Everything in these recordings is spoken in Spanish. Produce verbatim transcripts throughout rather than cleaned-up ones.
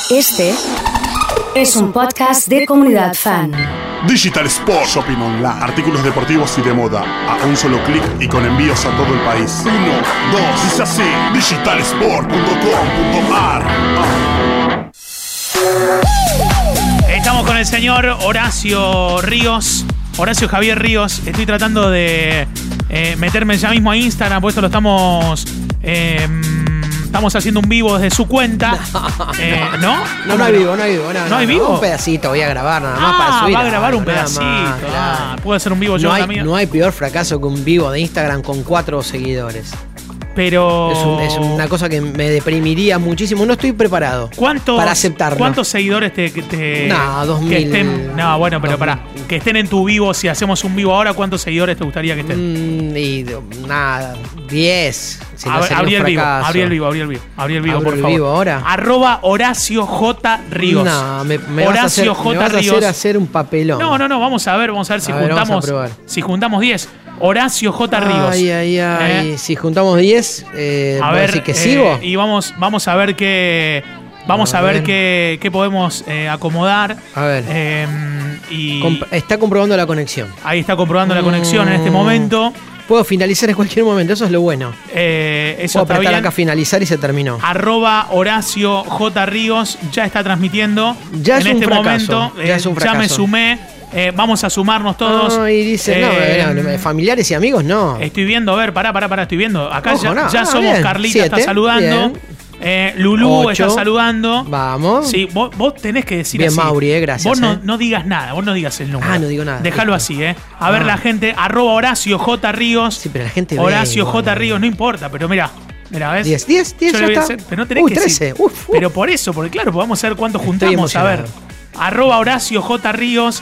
Este es un podcast de Comunidad Fan. Digital Sport Shopping Online. Artículos deportivos y de moda a un solo clic y con envíos a todo el país. Uno, dos, dice así. digital sport punto com punto a r. Estamos con el señor Horacio Ríos. Horacio Javier Ríos. Estoy tratando de eh, meterme ya mismo a Instagram, por esto lo estamos... Eh, Estamos haciendo un vivo desde su cuenta. No, eh, ¿no? no, no hay vivo, no hay vivo. No, ¿No hay vivo? Un pedacito voy a grabar nada más ah, para subir. va a grabar un nada pedacito. más, claro. Ah, puedo hacer un vivo yo no hay, también. No hay peor fracaso que un vivo de Instagram con cuatro seguidores. Pero... Es, un, es una cosa que me deprimiría muchísimo. No estoy preparado ¿Cuántos, para aceptarlo. ¿Cuántos seguidores te...? te no, dos mil. Que estén, no, bueno, pero pará. Que estén en tu vivo, si hacemos un vivo ahora, ¿cuántos seguidores te gustaría que estén? Mm, y nada, diez. Si A, no abrí el vivo, fracaso. abrí el vivo, abrí el vivo. Abrí el vivo, ¿Abro por el favor. vivo ahora? Arroba Horacio J. Ríos. No, me, me Horacio vas a hacer, J. me vas a Ríos. hacer hacer un papelón. No, no, no, vamos a ver, vamos a ver si A ver, vamos a juntamos. probar. Si juntamos diez. Horacio J. Ríos. Ay, ay, ay. ¿Eh? Si juntamos diez, eh, A ¿vos ver, decís que eh, sigo? Y vamos, vamos a ver qué. Vamos a, A ver, ver. qué, qué podemos eh, acomodar. A ver. Eh, y Comp- está comprobando la conexión. ahí está comprobando la Mm. conexión en este momento. Puedo finalizar en cualquier momento, eso es lo bueno. Eh, eso Puedo está apretar bien. acá finalizar y se terminó. Arroba Horacio J. Ríos ya está transmitiendo. Ya en es un este fracaso, momento. ya eh, es un me fracaso. sumé. Eh, vamos a sumarnos todos. No, y dice, Eh, no, no, familiares y amigos no. Estoy viendo, a ver, pará, pará, pará, estoy viendo. Acá Ojo, ya, no. ya Ah, somos, bien. Carlita Siete, está saludando. bien. Eh, Lulú Ocho. está saludando. Vamos. Sí, vos, vos tenés que decir Bien, así. Mauri, eh, gracias, Vos no, eh. no digas nada, vos no digas el número. Ah, no digo nada. Déjalo Listo. así, ¿eh? A ver Ah. la gente, arroba Horacio J. Ríos. Sí, pero la gente ve Horacio igual, J. eh. Ríos, no importa, pero mira, mira, ¿ves? diez, diez, diez, Yo ya le voy a está. hacer- pero no tenés Uy, que trece. decir. Uf, uf. Pero por eso, porque claro, pues vamos a ver cuánto Estoy juntamos. A ver. emocionado. Arroba Horacio J. Ríos.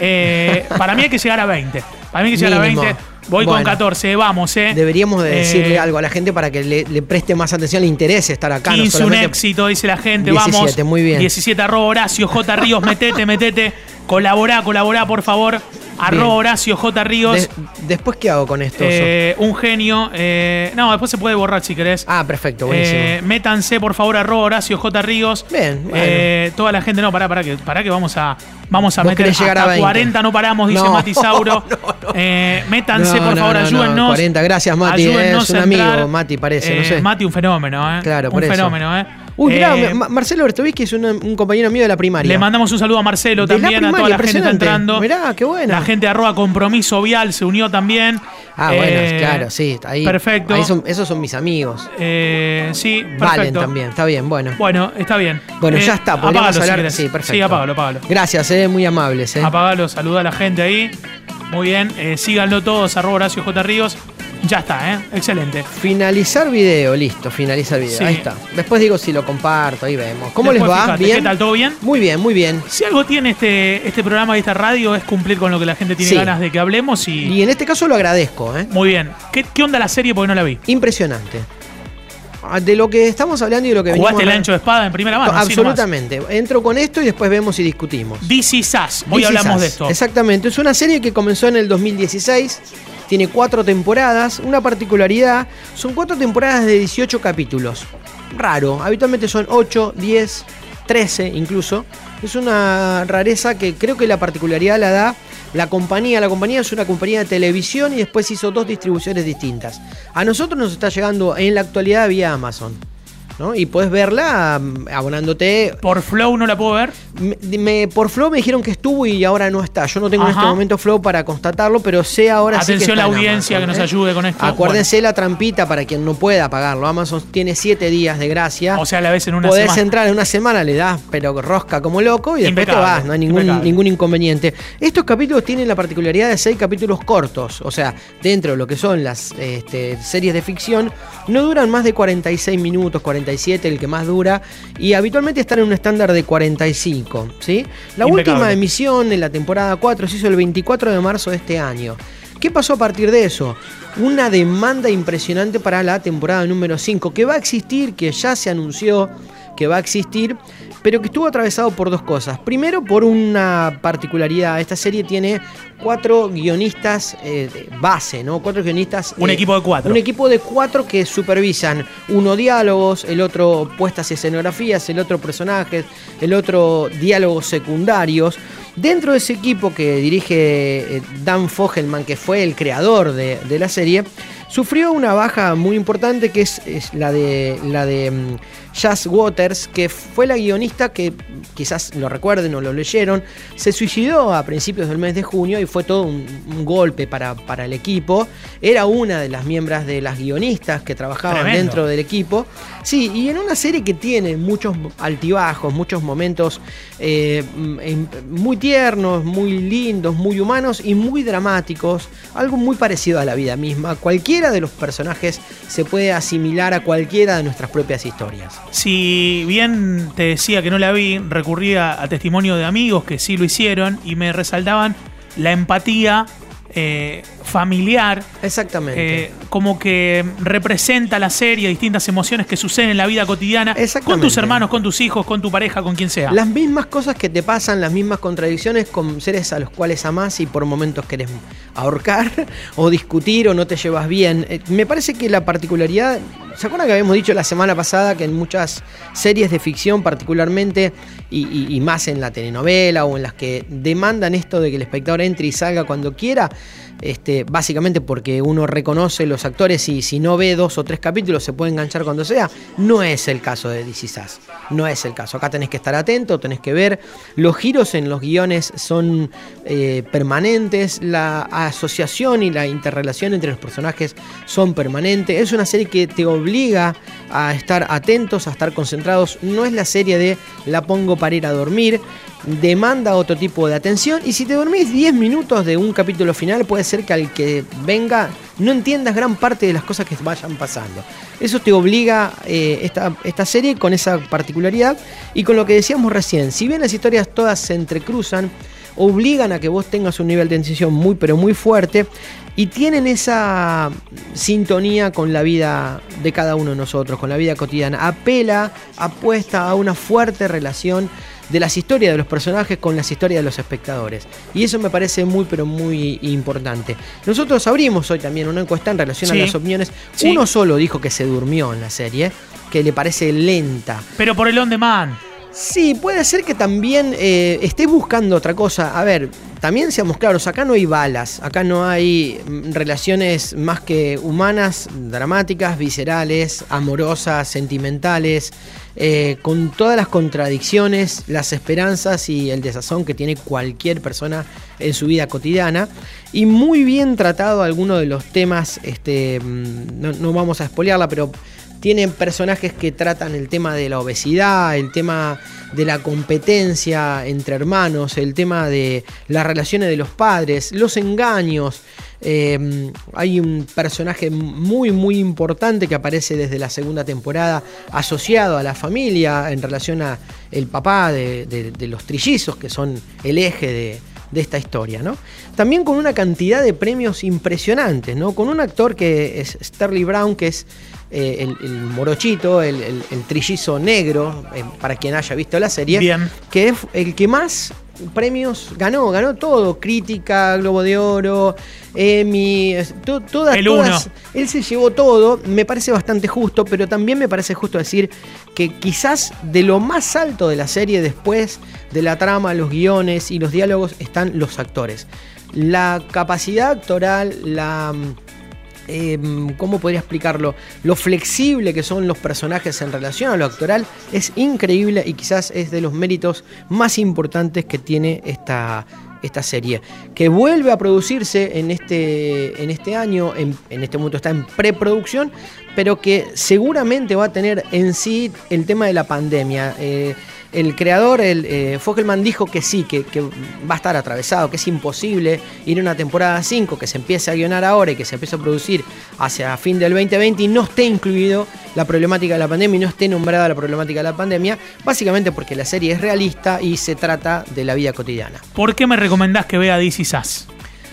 Eh, para mí hay que llegar a veinte. Para mí hay que llegar Mínimo. a veinte. Voy Bueno. con catorce, vamos, eh. Deberíamos de decirle Eh, algo a la gente para que le, le preste más atención, le interese estar acá. no quince, un solamente- éxito, dice la gente. diecisiete, Vamos. muy bien. diecisiete, arroba Horacio J. Ríos. Metete, metete. Colaborá, colaborá, por favor. Arroba Bien. Horacio J. Ríos. De- después, ¿qué hago con esto? Oso? Eh, un genio. Eh, no, después se puede borrar si querés. ah, perfecto, buenísimo. Eh, métanse, por favor, arroba Horacio J. Ríos. Bien, bueno. Eh, toda la gente, no, pará, pará, que, pará que vamos a, vamos a Vos meter querés llegar hasta a veinte. cuarenta, no paramos, dice No, Mati Sauro. no, no. Eh, métanse, No, por no, favor, no, no, ayúdennos. cuarenta, gracias, Mati, Ayúdennos es un a amigo, entrar. Mati, parece, Eh, no sé. Mati, un fenómeno, ¿eh? Claro, un por eso. fenómeno, ¿eh? Uy, mirá, Eh, Ma- Marcelo Bertovich, que es un, un compañero mío de la primaria. Le mandamos un saludo a Marcelo De la también, a toda primaria, la gente que está impresionante. entrando. Mirá, qué bueno. La gente de arroba Compromiso Vial se unió también. Ah, Eh, bueno, claro, sí. Ahí, perfecto. Ahí son, esos son mis amigos. Eh, sí, perfecto. Valen también, está bien, bueno. Bueno, está bien. Bueno, Eh, ya está, podríamos apagalo si hablar. querés. sí, perfecto. Sí, apágalo, apágalo. Gracias, eh, muy amables, eh. Apagalo, saluda a la gente ahí. Muy bien, eh, síganlo todos, arroba Horacio J. Ríos. Ya está, ¿eh? Excelente. Finalizar video, listo, finalizar video. Sí. Ahí está. Después digo si lo comparto, ahí vemos. ¿Cómo Después les va? fíjate, ¿Bien? ¿qué tal? ¿Todo bien? Muy bien, muy bien. Si algo tiene este, este programa y esta radio es cumplir con lo que la gente tiene Sí. ganas de que hablemos y... Y en este caso lo agradezco, ¿eh? Muy bien. ¿Qué, qué onda la serie? Porque no la vi. Impresionante. Ah, De lo que estamos hablando y de lo que venimos ¿Jugaste el hablando- ancho de espada en primera mano? así nomás. Absolutamente. Entro con esto y después vemos y discutimos. D C Sass. Hoy This Is hablamos Us. de esto. Exactamente. Es una serie que comenzó en el dos mil dieciséis. Tiene cuatro temporadas. Una particularidad. Son cuatro temporadas de dieciocho capítulos. Raro. Habitualmente son ocho, diez, trece incluso. Es una rareza que creo que la particularidad la da la compañía. La compañía es una compañía de televisión y después hizo dos distribuciones distintas. A nosotros nos está llegando en la actualidad vía Amazon, ¿no? Y podés verla mm, abonándote. Por Flow no la puedo ver. Me, me- por Flow me dijeron que estuvo y ahora no está. Yo no tengo en Ajá. este momento Flow para constatarlo, pero sé ahora sí que Atención está la en audiencia Amazon, que nos ¿eh? ayude con esto. Acuérdense la trampita para quien no pueda pagarlo. Amazon tiene siete días de gracia. O sea, a la vez en una Podés semana. entrar en una semana, le das pero rosca como loco y después Impecable, te vas, no hay ningún, impecable. ningún inconveniente. Estos capítulos tienen la particularidad de seis capítulos cortos, o sea, dentro de lo que son las este, series de ficción, no duran más de cuarenta y seis minutos, cuarenta y siete, el que más dura, y habitualmente están en un estándar de cuarenta y cinco, ¿sí? La Impecable. última emisión en la temporada cuatro se hizo el veinticuatro de marzo de este año. ¿Qué pasó a partir de eso? Una demanda impresionante para la temporada número cinco, que va a existir, que ya se anunció, que va a existir, pero que estuvo atravesado por dos cosas. Primero, por una particularidad. Esta serie tiene cuatro guionistas eh, de base, ¿no? Cuatro guionistas. Un eh, equipo de cuatro. Un equipo de cuatro que supervisan. Uno diálogos, el otro puestas y escenografías, el otro personajes, el otro diálogos secundarios. Dentro de ese equipo que dirige Dan Fogelman, que fue el creador de, de la serie, sufrió una baja muy importante, que es, es la de, la de um, Jazz Waters, que fue la guionista que, quizás lo recuerden o lo leyeron, se suicidó a principios del mes de junio y fue todo un, un golpe para, para el equipo. Era una de las miembros de las guionistas que trabajaban Tremendo. dentro del equipo. Sí, y en una serie que tiene muchos altibajos, muchos momentos eh, muy tiernos, muy lindos, muy humanos y muy dramáticos, algo muy parecido a la vida misma. Cualquiera de los personajes se puede asimilar a cualquiera de nuestras propias historias. Si bien te decía que no la vi, recurría a testimonio de amigos que sí lo hicieron y me resaltaban la empatía eh, familiar. Exactamente. Eh, como que representa la serie distintas emociones que suceden en la vida cotidiana. Con tus hermanos, con tus hijos, con tu pareja, con quien sea. Las mismas cosas que te pasan, las mismas contradicciones con seres a los cuales amás y por momentos querés ahorcar o discutir o no te llevas bien. Eh, me parece que la particularidad... ¿Se acuerdan que habíamos dicho la semana pasada que en muchas series de ficción particularmente y, y, y más en la telenovela o en las que demandan esto de que el espectador entre y salga cuando quiera, este, básicamente porque uno reconoce los actores y si no ve dos o tres capítulos se puede enganchar cuando sea? No es el caso de This Is Us. No es el caso. Acá tenés que estar atento, tenés que ver. Los giros en los guiones son eh, permanentes, la asociación y la interrelación entre los personajes son permanentes. Es una serie que te obliga a estar atentos, a estar concentrados. No es la serie de la pongo para ir a dormir. Demanda otro tipo de atención y si te dormís diez minutos de un capítulo final puede ser que al que venga no entiendas gran parte de las cosas que vayan pasando. Eso te obliga eh, esta, esta serie con esa particularidad y con lo que decíamos recién, si bien las historias todas se entrecruzan, obligan a que vos tengas un nivel de tensión muy pero muy fuerte y tienen esa sintonía con la vida de cada uno de nosotros, con la vida cotidiana. Apela, apuesta a una fuerte relación de las historias de los personajes con las historias de los espectadores. Y eso me parece muy, pero muy importante. Nosotros abrimos hoy también una encuesta en relación sí. a las opiniones. Sí. Uno solo dijo que se durmió en la serie, que le parece lenta. Pero por el on demand. Sí, puede ser que también eh, estés buscando otra cosa. A ver, también seamos claros, acá no hay balas, acá no hay relaciones más que humanas, dramáticas, viscerales, amorosas, sentimentales, eh, con todas las contradicciones, las esperanzas y el desazón que tiene cualquier persona en su vida cotidiana. Y muy bien tratado algunos de los temas, este, no, no vamos a spoilearla, pero... Tienen personajes que tratan el tema de la obesidad, el tema de la competencia entre hermanos, el tema de las relaciones de los padres, los engaños. Eh, hay un personaje muy muy importante que aparece desde la segunda temporada asociado a la familia en relación a el papá de, de, de los trillizos, que son el eje de... de esta historia, ¿no? También con una cantidad de premios impresionantes, ¿no? Con un actor que es Sterling Brown, que es eh, el, el morochito, el, el, el trillizo negro, eh, para quien haya visto la serie, Bien. que es el que más premios ganó, ganó todo, crítica, Globo de Oro, Emmy, to, todas, el todas, uno. Él se llevó todo, me parece bastante justo, pero también me parece justo decir que quizás de lo más alto de la serie, después de la trama, los guiones y los diálogos, están los actores. La capacidad actoral, la... Eh, ¿cómo podría explicarlo? Lo flexible que son los personajes en relación a lo actoral es increíble y quizás es de los méritos más importantes que tiene esta, esta serie, que vuelve a producirse en este, en este año, en, en este momento está en preproducción, pero que seguramente va a tener en sí el tema de la pandemia. Eh, El creador, el eh, Fogelman, dijo que sí, que, que va a estar atravesado, que es imposible ir a una temporada cinco, que se empiece a guionar ahora y que se empiece a producir hacia fin del veinte veinte y no esté incluido la problemática de la pandemia y no esté nombrada la problemática de la pandemia, básicamente porque la serie es realista y se trata de la vida cotidiana. ¿Por qué me recomendás que vea This Is Us?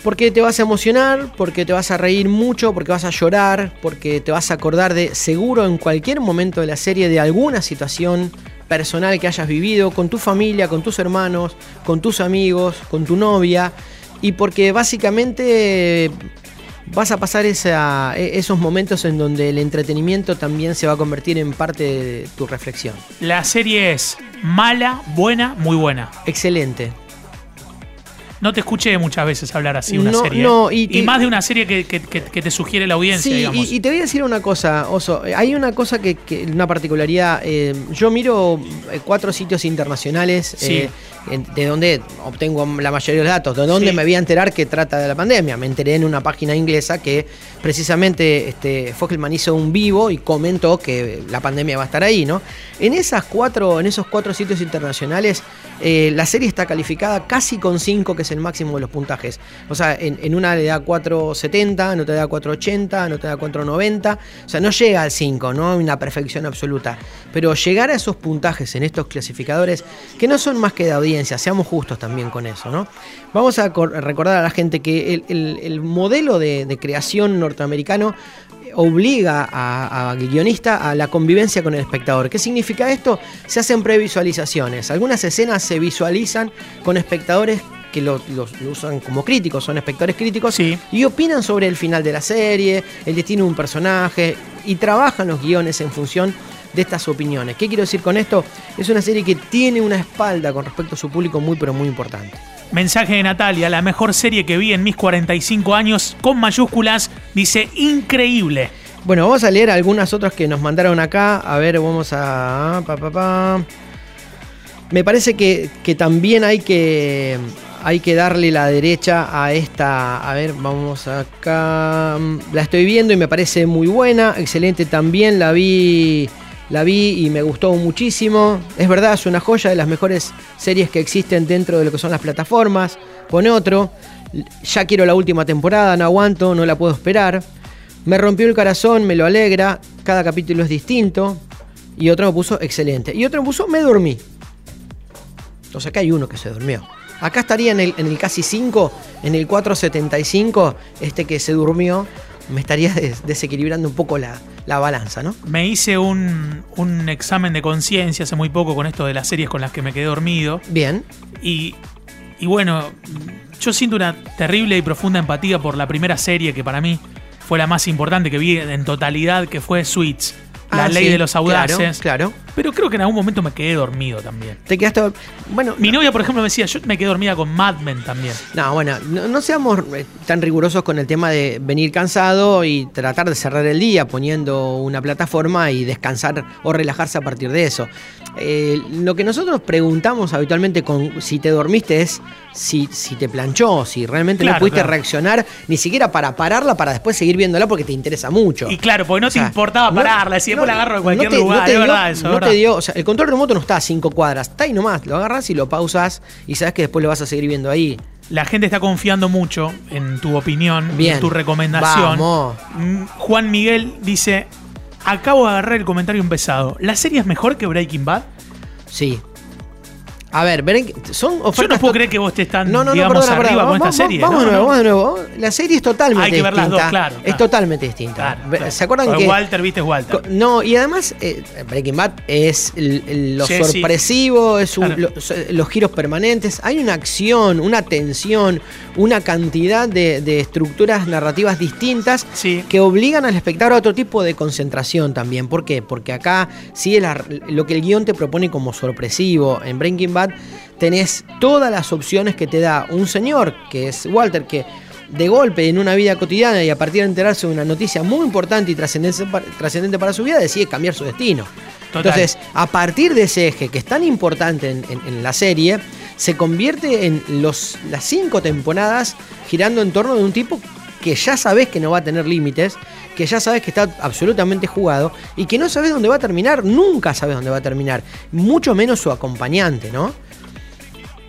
Porque te vas a emocionar, porque te vas a reír mucho, porque vas a llorar, porque te vas a acordar de seguro en cualquier momento de la serie de alguna situación personal que hayas vivido con tu familia, con tus hermanos, con tus amigos, con tu novia, y porque básicamente vas a pasar esa, esos momentos en donde el entretenimiento también se va a convertir en parte de tu reflexión. La serie es mala, buena, muy buena. Excelente. No te escuché muchas veces hablar así una no, serie. No, y, y te, más de una serie que, que, que, que te sugiere la audiencia, sí, digamos. Y, y te voy a decir una cosa, Oso. Hay una cosa que, que una particularidad. Eh, yo miro cuatro sitios internacionales sí. eh, de donde obtengo la mayoría de los datos, de donde sí. me voy a enterar que trata de la pandemia. Me enteré en una página inglesa que precisamente este, Fogelman hizo un vivo y comentó que la pandemia va a estar ahí, ¿no? En esas cuatro, en esos cuatro sitios internacionales, eh, la serie está calificada casi con cinco, que es el máximo de los puntajes. O sea, en, en una le da cuatro setenta, no te da cuatro ochenta, no te da cuatro noventa. O sea, no llega al cinco, no hay una perfección absoluta. Pero llegar a esos puntajes en estos clasificadores, que no son más que de audiencia, seamos justos también con eso, ¿no? Vamos a recordar a la gente que el, el, el modelo de, de creación norteamericano obliga al guionista a la convivencia con el espectador. ¿Qué significa esto? Se hacen previsualizaciones. Algunas escenas se visualizan con espectadores que lo, lo, lo usan como críticos, son espectadores críticos, sí. y opinan sobre el final de la serie, el destino de un personaje, y trabajan los guiones en función de estas opiniones. ¿Qué quiero decir con esto? Es una serie que tiene una espalda con respecto a su público muy pero muy importante. Mensaje de Natalia, la mejor serie que vi en mis cuarenta y cinco años, con mayúsculas, dice increíble. Bueno, vamos a leer algunas otras que nos mandaron acá. A ver, vamos a... Pa, pa, pa. Me parece que, que también hay que, hay que darle la derecha a esta... A ver, vamos acá... La estoy viendo y me parece muy buena, excelente también, la vi... La vi y me gustó muchísimo. Es verdad, es una joya, de las mejores series que existen dentro de lo que son las plataformas. Pone otro. Ya quiero la última temporada, no aguanto, no la puedo esperar. Me rompió el corazón, me lo alegra. Cada capítulo es distinto. Y otro me puso excelente. Y otro me puso me dormí. O sea, acá hay uno que se durmió. Acá estaría en el, en el casi cinco, en el cuatro setenta y cinco, este que se durmió. Me estaría des- desequilibrando un poco la, la balanza, ¿no? Me hice un, un examen de conciencia hace muy poco con esto de las series con las que me quedé dormido. Bien. Y, y bueno, yo siento una terrible y profunda empatía por la primera serie que para mí fue la más importante que vi en totalidad, que fue Suits. La ah, ley sí, de los audaces. Claro, claro. Pero creo que en algún momento me quedé dormido también. Te quedaste... Bueno, Mi novia, por ejemplo, me decía, yo me quedé dormida con Mad Men también. No, bueno, no, no seamos tan rigurosos con el tema de venir cansado y tratar de cerrar el día poniendo una plataforma y descansar o relajarse a partir de eso. Eh, lo que nosotros preguntamos habitualmente con si te dormiste es si, si te planchó, si realmente Claro, no pudiste claro. reaccionar ni siquiera para pararla, para después seguir viéndola porque te interesa mucho. Y claro, porque no O sea, te importaba no- pararla, si después no- la agarro de cualquier no te- lugar, no te es dio- verdad eso. No es te verdad. dio, o sea, el control remoto no está a cinco cuadras, está ahí nomás, lo agarras y lo pausas y sabes que después lo vas a seguir viendo ahí. La gente está confiando mucho en tu opinión, Bien. en tu recomendación. Vamos. Mm, Juan Miguel dice, acabo de agarrar el comentario empezado. ¿La serie es mejor que Breaking Bad? Sí. A ver, Break- son ofertas... Yo no puedo to- creer que vos estés tan, No, no, no, digamos, perdona, arriba perdona. con Vamos, esta serie. vamos No, de nuevo, no. vamos de nuevo. La serie es totalmente Hay que ver las distinta. dos, claro, Es claro. totalmente distinta. Claro, Ve- claro. ¿Se acuerdan Porque que...? Walter, viste, es Walter. Co- No, y además eh, Breaking Bad es el- el- lo Sí, sí. sorpresivo, es un- Claro. lo- los giros permanentes. Hay una acción, una tensión, una cantidad de, de estructuras narrativas distintas Sí. que obligan al espectador a otro tipo de concentración también. ¿Por qué? Porque acá sí es la- lo que el guión te propone como sorpresivo. En Breaking Bad tenés todas las opciones que te da un señor, que es Walter, que de golpe en una vida cotidiana y a partir de enterarse de una noticia muy importante y trascendente para, trascendente para su vida, decide cambiar su destino. Total. Entonces, a partir de ese eje que es tan importante en, en- en la serie, se convierte en los, las cinco temporadas girando en torno de un tipo que ya sabes que no va a tener límites, que ya sabes que está absolutamente jugado y que no sabes dónde va a terminar, nunca sabes dónde va a terminar, mucho menos su acompañante, ¿no?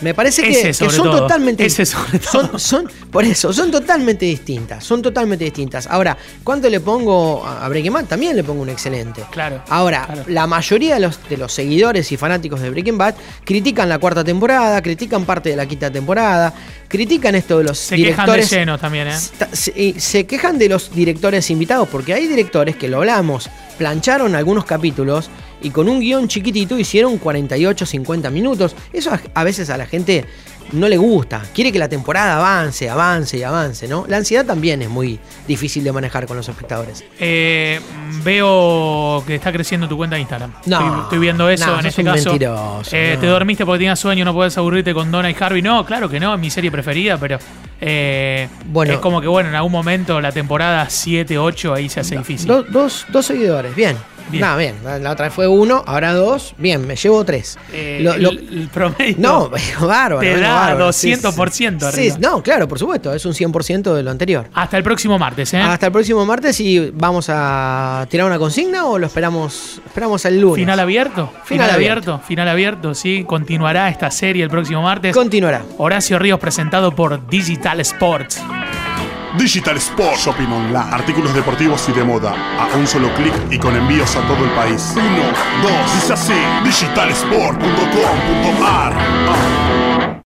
Me parece que, Ese que sobre son todo. totalmente Ese sobre todo. Son, son, por eso, son totalmente distintas. Son totalmente distintas. Ahora, ¿cuánto le pongo a Breaking Bad? También le pongo un excelente. Claro. Ahora, claro. la mayoría de los, de los seguidores y fanáticos de Breaking Bad critican la cuarta temporada, critican parte de la quinta temporada, critican esto de los Se directores. quejan de lleno también, ¿eh? Se, se quejan de los directores invitados, porque hay directores que lo hablamos, plancharon algunos capítulos y con un guión chiquitito hicieron cuarenta y ocho, cincuenta minutos. Eso a, a veces a la gente no le gusta. Quiere que la temporada avance, avance y avance, ¿no? La ansiedad también es muy difícil de manejar con los espectadores. Eh, veo que está creciendo tu cuenta de Instagram. No, estoy, estoy viendo eso no, en sos este un caso. mentiroso, Eh, no. Te dormiste porque tenías sueño, no podés aburrirte con Donna y Harvey. No, claro que no, es mi serie preferida, pero eh, Bueno. es como que bueno, en algún momento la temporada siete, ocho ahí se hace difícil. Do- dos, dos seguidores, bien. Bien. Nada, bien. La, la otra vez fue uno, ahora dos. Bien, me llevo tres. Eh, Lo- lo- el, el promedio No, vengo bárbaro. te vengo da bárbaro. doscientos por ciento Sí, sí. arriba. Sí, no, claro, por supuesto. Es un cien por ciento de lo anterior. Hasta el próximo martes, ¿eh? Hasta el próximo martes y vamos a tirar una consigna o lo esperamos esperamos el lunes. Final abierto. Final abierto. Final abierto, sí. Continuará esta serie el próximo martes. Continuará. Horacio Ríos presentado por Digital Sports. Digital Sport Shopping Online. Artículos deportivos y de moda a un solo clic y con envíos a todo el país. Uno, dos, dice así. digital sport punto com punto a r.